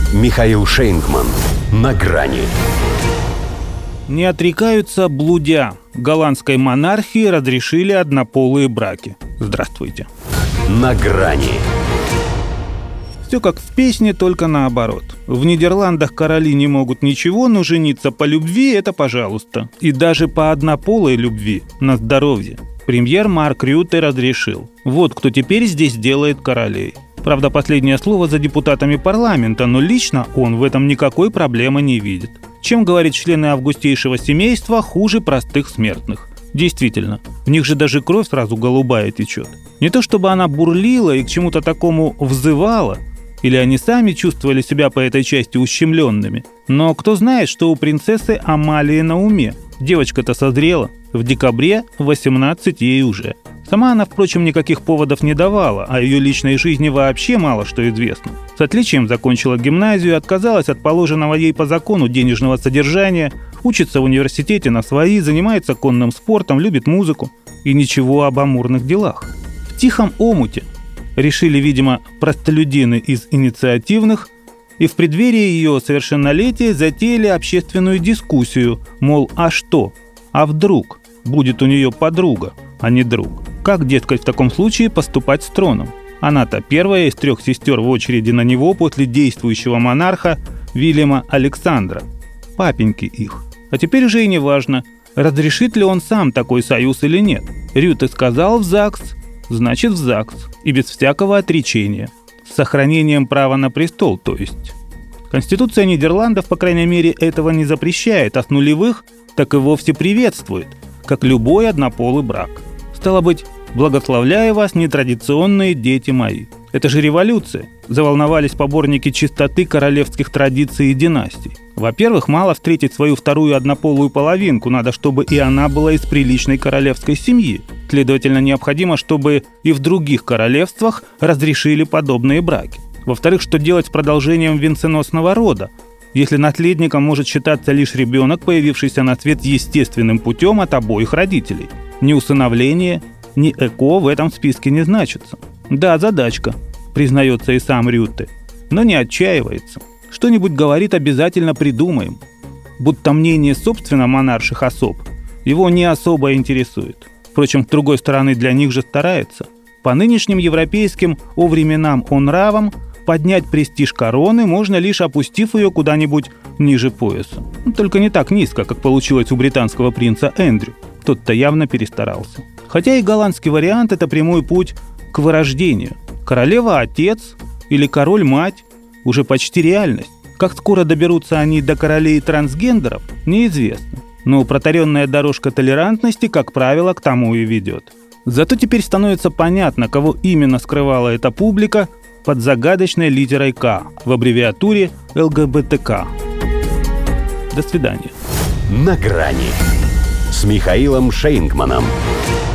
Михаил Шейнгман. На грани. Не отрекаются блудя. Голландской монархии разрешили однополые браки. Здравствуйте. На грани. Все как в песне, только наоборот. В Нидерландах короли не могут ничего, но жениться по любви – это пожалуйста. И даже по однополой любви, на здоровье. Премьер Марк Рютте разрешил. Вот кто теперь здесь делает королей. Правда, последнее слово за депутатами парламента, но лично он в этом никакой проблемы не видит. Чем, говорит, члены августейшего семейства хуже простых смертных. Действительно, в них же даже кровь сразу голубая течет. Не то чтобы она бурлила и к чему-то такому взывала, или они сами чувствовали себя по этой части ущемленными. Но кто знает, что у принцессы Амалии на уме. Девочка-то созрела. В декабре 18 ей уже. Сама она, впрочем, никаких поводов не давала, а ее личной жизни вообще мало что известно. С отличием закончила гимназию, отказалась от положенного ей по закону денежного содержания, учится в университете на свои, занимается конным спортом, любит музыку. И ничего об амурных делах. В тихом омуте. Решили, видимо, простолюдины из инициативных, и в преддверии ее совершеннолетия затеяли общественную дискуссию, мол, а что? А вдруг будет у нее подруга, а не друг? Как, дескать, в таком случае поступать с троном? Она-то первая из 3 сестер в очереди на него после действующего монарха Вильяма Александра, папеньки их. А теперь уже и не важно, разрешит ли он сам такой союз или нет. Рютте сказал в ЗАГС, значит в ЗАГС, и без всякого отречения. С сохранением права на престол, то есть. Конституция Нидерландов, по крайней мере, этого не запрещает, а с нулевых так и вовсе приветствует, как любой однополый брак. Стало быть, благословляю вас, нетрадиционные дети мои. Это же революция. Заволновались поборники чистоты королевских традиций и династий. Во-первых, мало встретить свою вторую однополую половинку, надо, чтобы и она была из приличной королевской семьи. Следовательно, необходимо, чтобы и в других королевствах разрешили подобные браки. Во-вторых, что делать с продолжением венценосного рода, если наследником может считаться лишь ребенок, появившийся на свет естественным путем от обоих родителей? Ни усыновление, ни ЭКО в этом списке не значится. Да, задачка, признается и сам Рютте, но не отчаивается. Что-нибудь, говорит, обязательно придумаем. Будто мнение собственно монарших особ его не особо интересует. Впрочем, с другой стороны, для них же старается. По нынешним европейским временам нравам поднять престиж короны можно лишь опустив ее куда-нибудь ниже пояса. Только не так низко, как получилось у британского принца Эндрю. Тот-то явно перестарался. Хотя и голландский вариант – это прямой путь к вырождению. Королева-отец или король-мать – уже почти реальность. Как скоро доберутся они до королей-трансгендеров – неизвестно. Но протаренная дорожка толерантности, как правило, к тому и ведет. Зато теперь становится понятно, кого именно скрывала эта публика под загадочной литерой «К» в аббревиатуре ЛГБТК. До свидания. На грани с Михаилом Шейнгманом.